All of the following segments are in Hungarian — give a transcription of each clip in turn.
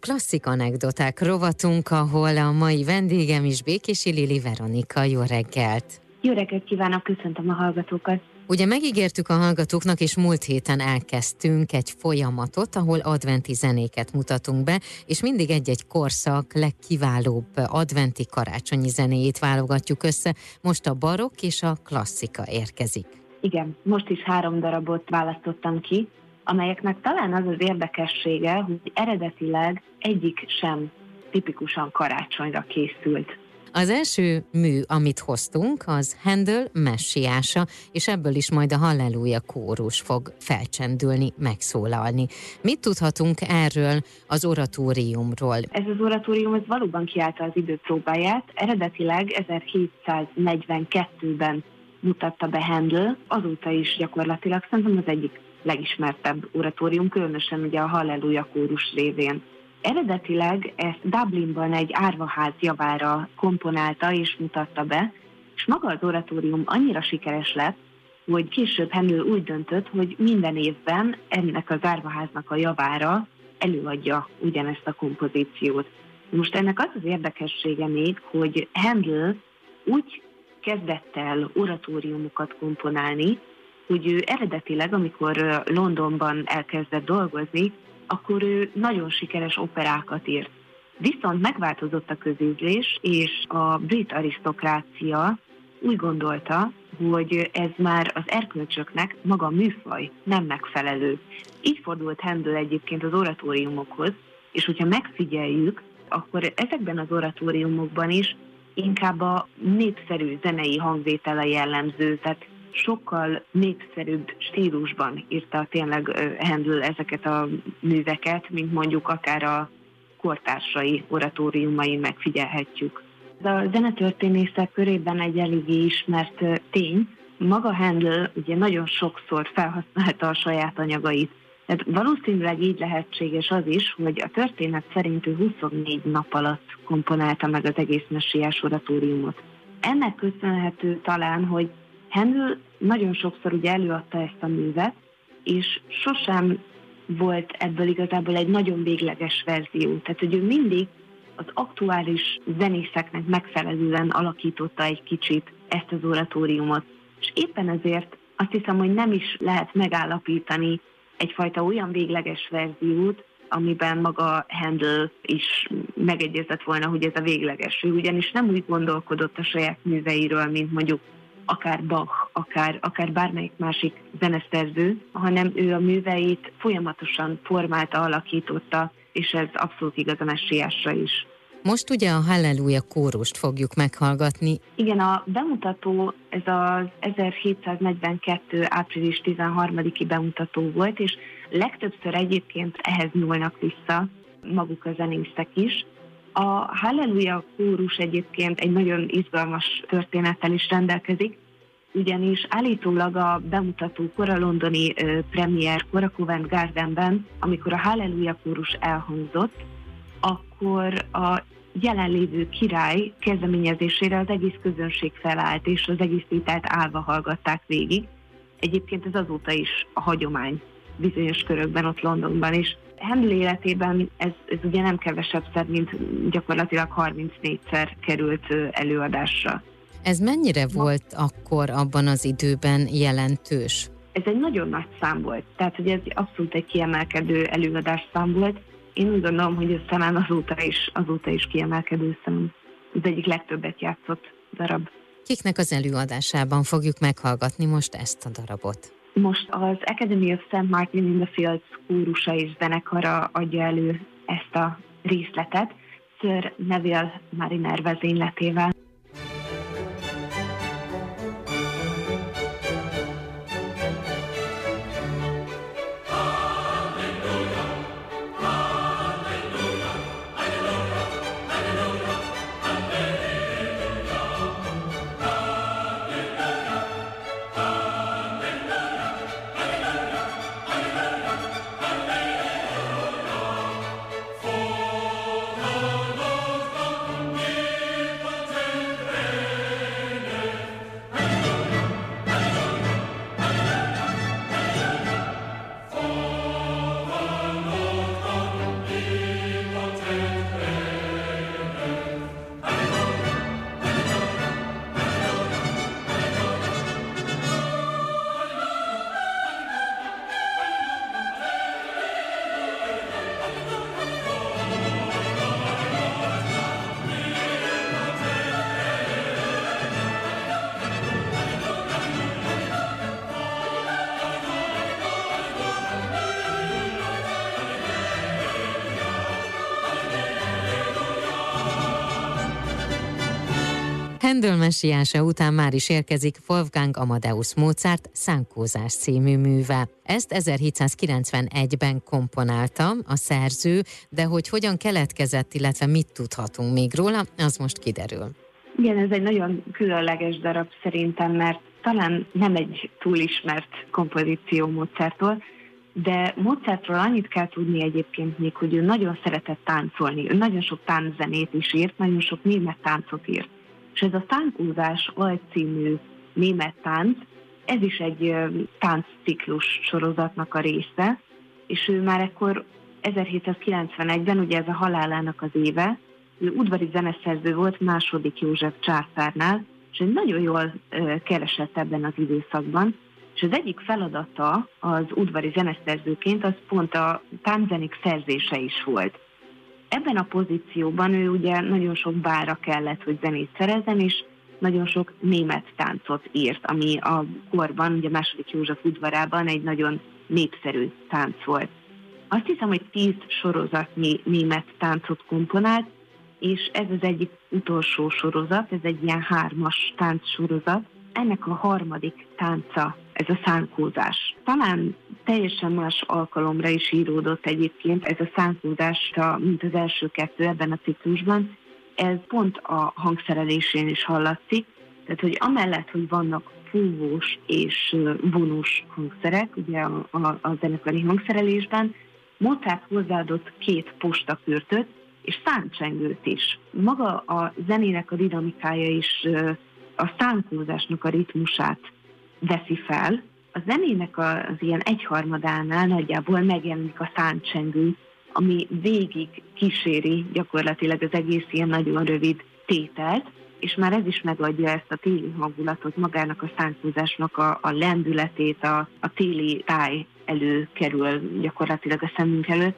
klasszik anekdoták rovatunk, ahol a mai vendégem is Békési Lili Veronika. Jó reggelt! Jó reggelt kívánok, köszöntöm a hallgatókat! Ugye megígértük a hallgatóknak, és múlt héten elkezdtünk egy folyamatot, ahol adventi zenéket mutatunk be, és mindig egy-egy korszak legkiválóbb adventi karácsonyi zenéjét válogatjuk össze. Most a barokk és a klasszika érkezik. Igen, most is 3 darabot választottam ki, amelyeknek talán az az érdekessége, hogy eredetileg egyik sem tipikusan karácsonyra készült. Az első mű, amit hoztunk, az Handel Messiása, és ebből is majd a Halleluja kórus fog felcsendülni, megszólalni. Mit tudhatunk erről az oratóriumról? Ez az oratórium ez valóban kiállta az idő próbáját. Eredetileg 1742-ben mutatta be Handel, azóta is gyakorlatilag szerintem az egyik legismertebb oratórium, különösen ugye a Halleluja kórus révén. Eredetileg ezt Dublinban egy árvaház javára komponálta és mutatta be, és maga az oratórium annyira sikeres lett, hogy később Handel úgy döntött, hogy minden évben ennek az árvaháznak a javára előadja ugyanezt a kompozíciót. Most ennek az az érdekessége még, hogy Handel úgy kezdett el oratóriumokat komponálni, hogy ő eredetileg, amikor Londonban elkezdett dolgozni, akkor ő nagyon sikeres operákat írt. Viszont megváltozott a közízlés, és a brit arisztokrácia úgy gondolta, hogy ez már az erkölcsöknek maga műfaj nem megfelelő. Így fordult Handel egyébként az oratóriumokhoz, és hogyha megfigyeljük, akkor ezekben az oratóriumokban is inkább a népszerű zenei hangvétele jellemző, tehát sokkal népszerűbb stílusban írta tényleg Handel ezeket a műveket, mint mondjuk akár a kortársai oratóriumain megfigyelhetjük. A zenetörténészek körében egy eléggé ismert tény, maga Handel ugye nagyon sokszor felhasználta a saját anyagait. Tehát valószínűleg így lehetséges az is, hogy a történet szerint ő 24 nap alatt komponálta meg az egész messiás oratóriumot. Ennek köszönhető talán, hogy Handel nagyon sokszor ugye előadta ezt a művet, és sosem volt ebből igazából egy nagyon végleges verzió. Tehát, hogy ő mindig az aktuális zenészeknek megfelelően alakította egy kicsit ezt az oratóriumot. És éppen ezért azt hiszem, hogy nem is lehet megállapítani egyfajta olyan végleges verziót, amiben maga Handel is megegyezett volna, hogy ez a végleges. Ő ugyanis nem úgy gondolkodott a saját műveiről, mint mondjuk akár Bach, akár bármelyik másik zeneszerző, hanem ő a műveit folyamatosan formálta, alakította, és ez abszolút igaz a messiásra is. Most ugye a Halleluja kórust fogjuk meghallgatni. Igen, a bemutató, ez az 1742. április 13-i bemutató volt, és legtöbbször egyébként ehhez nyúlnak vissza maguk a zenészek is. A Halleluja kórus egyébként egy nagyon izgalmas történettel is rendelkezik, ugyanis állítólag a bemutatókor, a londoni premierkor, a Covent Gardenben, amikor a Halleluja kórus elhangzott, akkor a jelenlévő király kezdeményezésére az egész közönség felállt, és az egész tételt állva hallgatták végig. Egyébként ez azóta is a hagyomány bizonyos körökben ott Londonban is. Handel életében ez ugye nem kevesebb, mint gyakorlatilag 34-szer került előadásra. Ez mennyire volt akkor abban az időben jelentős? Ez egy nagyon nagy szám volt, tehát hogy ez abszolút egy kiemelkedő előadásszám volt. Én úgy gondolom, hogy ez talán azóta is kiemelkedő szám. Az egyik legtöbbet játszott darab. Kiknek az előadásában fogjuk meghallgatni most ezt a darabot? Most az Academy of St. Martin in the Fields kórusa és zenekara adja elő ezt a részletet, Sir Neville Mariner vezényletével. Händel messiása után már is érkezik Wolfgang Amadeus Mozart Szánkózás című műve. Ezt 1791-ben komponálta a szerző, de hogy hogyan keletkezett, illetve mit tudhatunk még róla, az most kiderül. Igen, ez egy nagyon különleges darab szerintem, mert talán nem egy túl ismert kompozíció Mozarttól, de Mozartról annyit kell tudni egyébként még, hogy ő nagyon szeretett táncolni, ő nagyon sok tánczenét is írt, nagyon sok német táncot írt. És ez a Szánkózás alcímű német tánc, ez is egy táncciklus sorozatnak a része, és ő már ekkor 1791-ben, ugye ez a halálának az éve, ő udvari zeneszerző volt második József császárnál, és egy nagyon jól keresett ebben az időszakban, és az egyik feladata az udvari zeneszerzőként az pont a tánczenék szerzése is volt. Ebben a pozícióban ő ugye nagyon sok bálra kellett, hogy zenét szerezzen, és nagyon sok német táncot írt, ami a korban, ugye második József udvarában egy nagyon népszerű tánc volt. Azt hiszem, hogy 10 sorozatnyi német táncot komponált, és ez az egyik utolsó sorozat, ez egy ilyen 3-as táncsorozat. Ennek a harmadik tánca, ez a szánkózás. Talán teljesen más alkalomra is íródott egyébként ez a szánkózás, mint az első 2 ebben a ciklusban. Ez pont a hangszerelésén is hallatszik, tehát hogy amellett, hogy vannak fúvós és vonós hangszerek, ugye a zenekari hangszerelésben, Mozart hozzáadott 2 postakürtöt és száncsengőt is. Maga a zenének a dinamikája is a szánkózásnak a ritmusát veszi fel. A zenének az ilyen 1/3-ánál nagyjából megjelenik a száncsengő, ami végig kíséri gyakorlatilag az egész ilyen nagyon rövid tételt, és már ez is megadja ezt a téli hangulatot, magának a szánkózásnak a lendületét, a téli táj előkerül gyakorlatilag a szemünk előtt,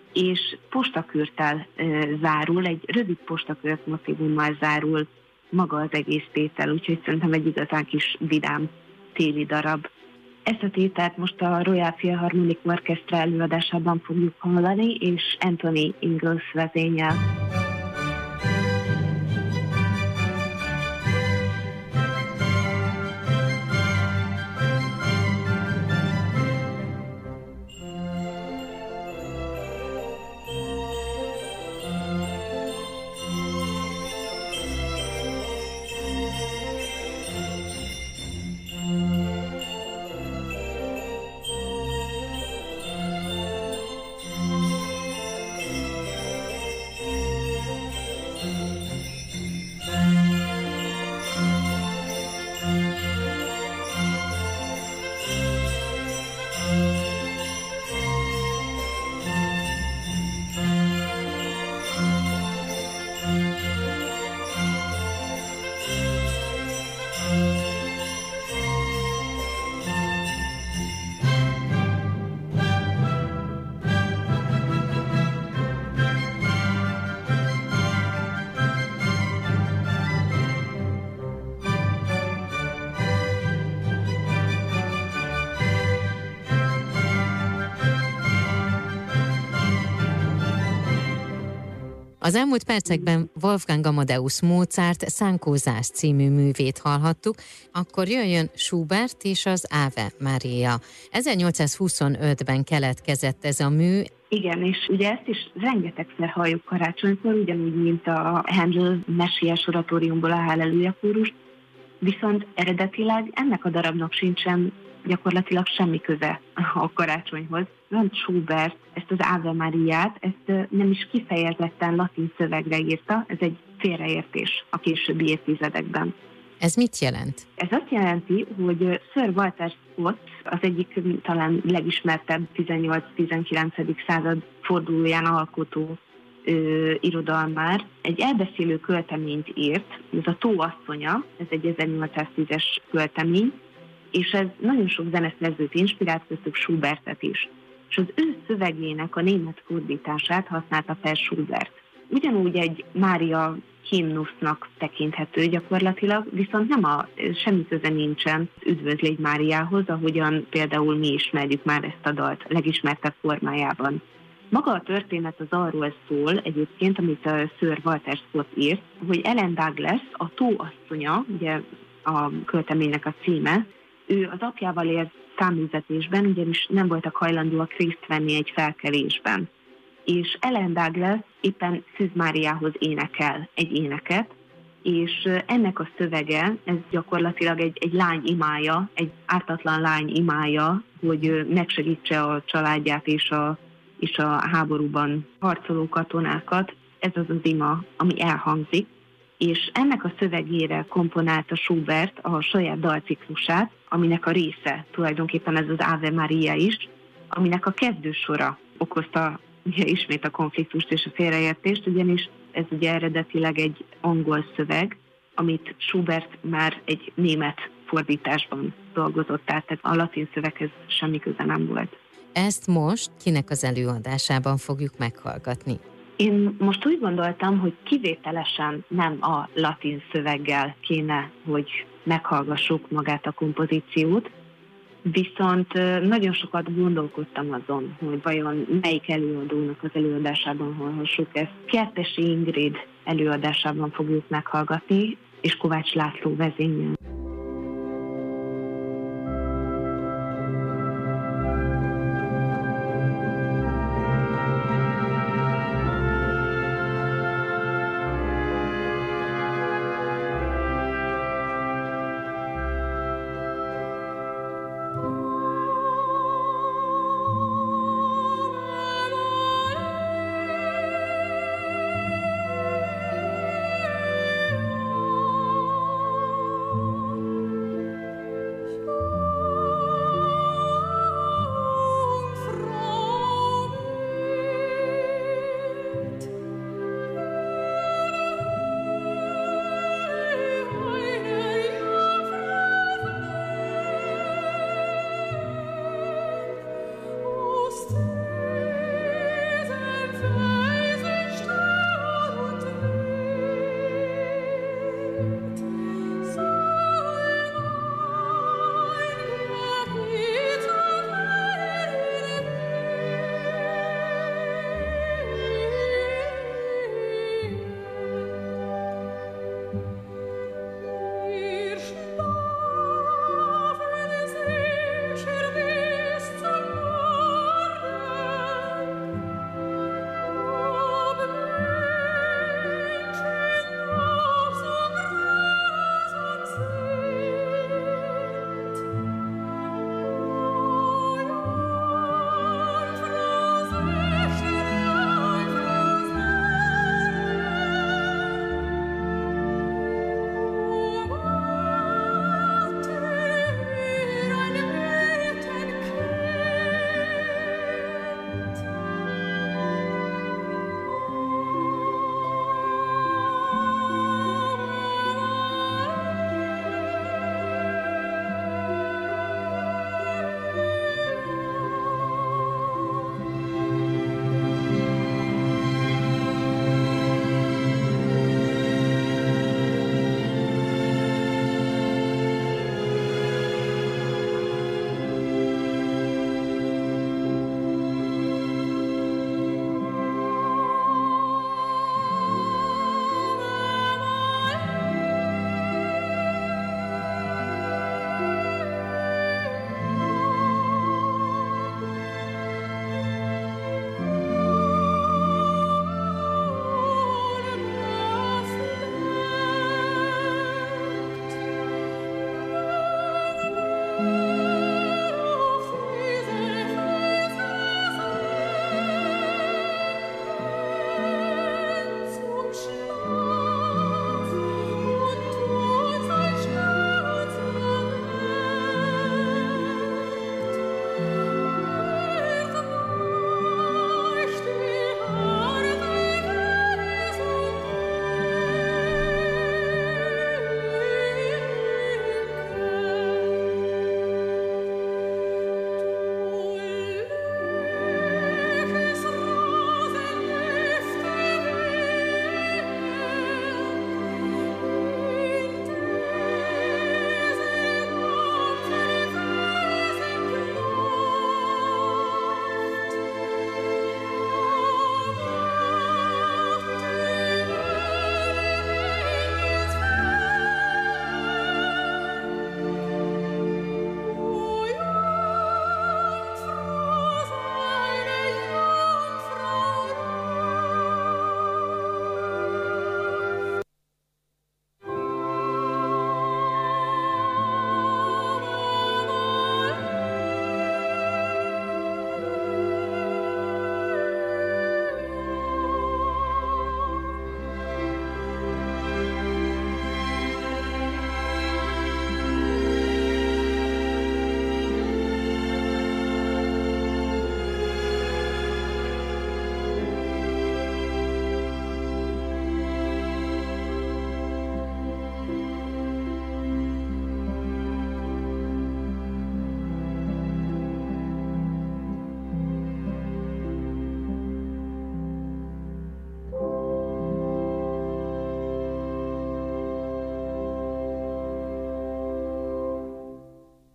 és postakürttel zárul, egy rövid postakürt motívummal zárul maga az egész tétel, úgyhogy szerintem egy igazán kis vidám téli darab. Ezt a tételt most a Royal Philharmonic Orchestra előadásában fogjuk hallani, és Anthony Ingalls vezényel. Az elmúlt percekben Wolfgang Amadeus Mozart Szánkózás című művét hallhattuk, akkor jöjjön Schubert és az Ave Maria. 1825-ben keletkezett ez a mű. Igen, és ugye ezt is rengetegszer halljuk karácsonykor, ugyanúgy, mint a Händel messiás oratóriumból a Halleluja kórus, viszont eredetileg ennek a darabnak sincsen gyakorlatilag semmi köze a karácsonyhoz. Franz Schubert ezt az Ave Mariát, ezt nem is kifejezetten latin szövegre írta, ez egy félreértés a későbbi évtizedekben. Ez mit jelent? Ez azt jelenti, hogy Sir Walter Scott, az egyik talán legismertebb 18-19. Század fordulóján alkotó irodalmár, egy elbeszélő költeményt írt, ez a Tó asszonya, ez egy 1810-es költemény, és ez nagyon sok zeneszerzőt inspirált, köztük Schubertet is. És az ő szövegének a német fordítását használta fel Schubert. Ugyanúgy egy Mária himnusznak tekinthető gyakorlatilag, viszont semmi köze nincsen Üdvözlégy Máriához, ahogyan például mi ismerjük már ezt a dalt legismertebb formájában. Maga a történet az arról szól egyébként, amit a Sir Walter Scott írt, hogy Ellen Douglas, a tóasszonya, ugye a költeménynek a címe, ő az apjával élt száműzetésben, ugyanis nem voltak hajlandóak részt venni egy felkelésben. És Ellen Douglas éppen Szűz Máriához énekel egy éneket, és ennek a szövege, ez gyakorlatilag egy lány imája, egy ártatlan lány imája, hogy megsegítse a családját és a háborúban harcoló katonákat. Ez az az ima, ami elhangzik. És ennek a szövegére komponálta Schubert a saját dalciklusát, aminek a része tulajdonképpen ez az Ave Maria is, aminek a kezdősora okozta ugye ismét a konfliktust és a félreértést, ugyanis ez ugye eredetileg egy angol szöveg, amit Schubert már egy német fordításban dolgozott át, tehát a latin szöveghez semmi köze nem volt. Ezt most kinek az előadásában fogjuk meghallgatni? Én most úgy gondoltam, hogy kivételesen nem a latin szöveggel kéne, hogy meghallgassuk magát a kompozíciót, viszont nagyon sokat gondolkodtam azon, hogy vajon melyik előadónak az előadásában hallhassuk ezt. Kertési Ingrid előadásában fogjuk meghallgatni, és Kovács László vezényel.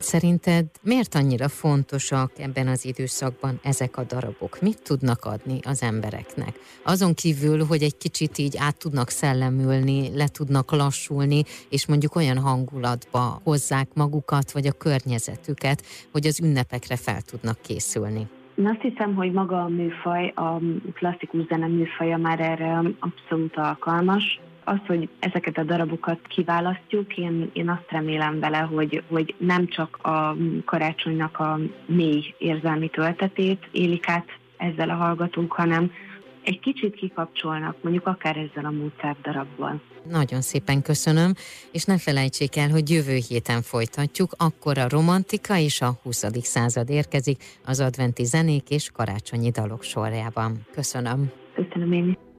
szerinted miért annyira fontosak ebben az időszakban ezek a darabok? Mit tudnak adni az embereknek? Azon kívül, hogy egy kicsit így át tudnak szellemülni, le tudnak lassulni, és mondjuk olyan hangulatba hozzák magukat, vagy a környezetüket, hogy az ünnepekre fel tudnak készülni. Én azt hiszem, hogy maga a műfaj, a klasszikus zene műfaja már erre abszolút alkalmas. Az, hogy ezeket a darabokat kiválasztjuk, én azt remélem vele, hogy nem csak a karácsonynak a mély érzelmi töltetét élik át ezzel a hallgatók, hanem egy kicsit kikapcsolnak, mondjuk akár ezzel a Mozart darabbal. Nagyon szépen köszönöm, és ne felejtsék el, hogy jövő héten folytatjuk, akkor a romantika és a 20. század érkezik az adventi zenék és karácsonyi dalok sorjában. Köszönöm. Köszönöm én is.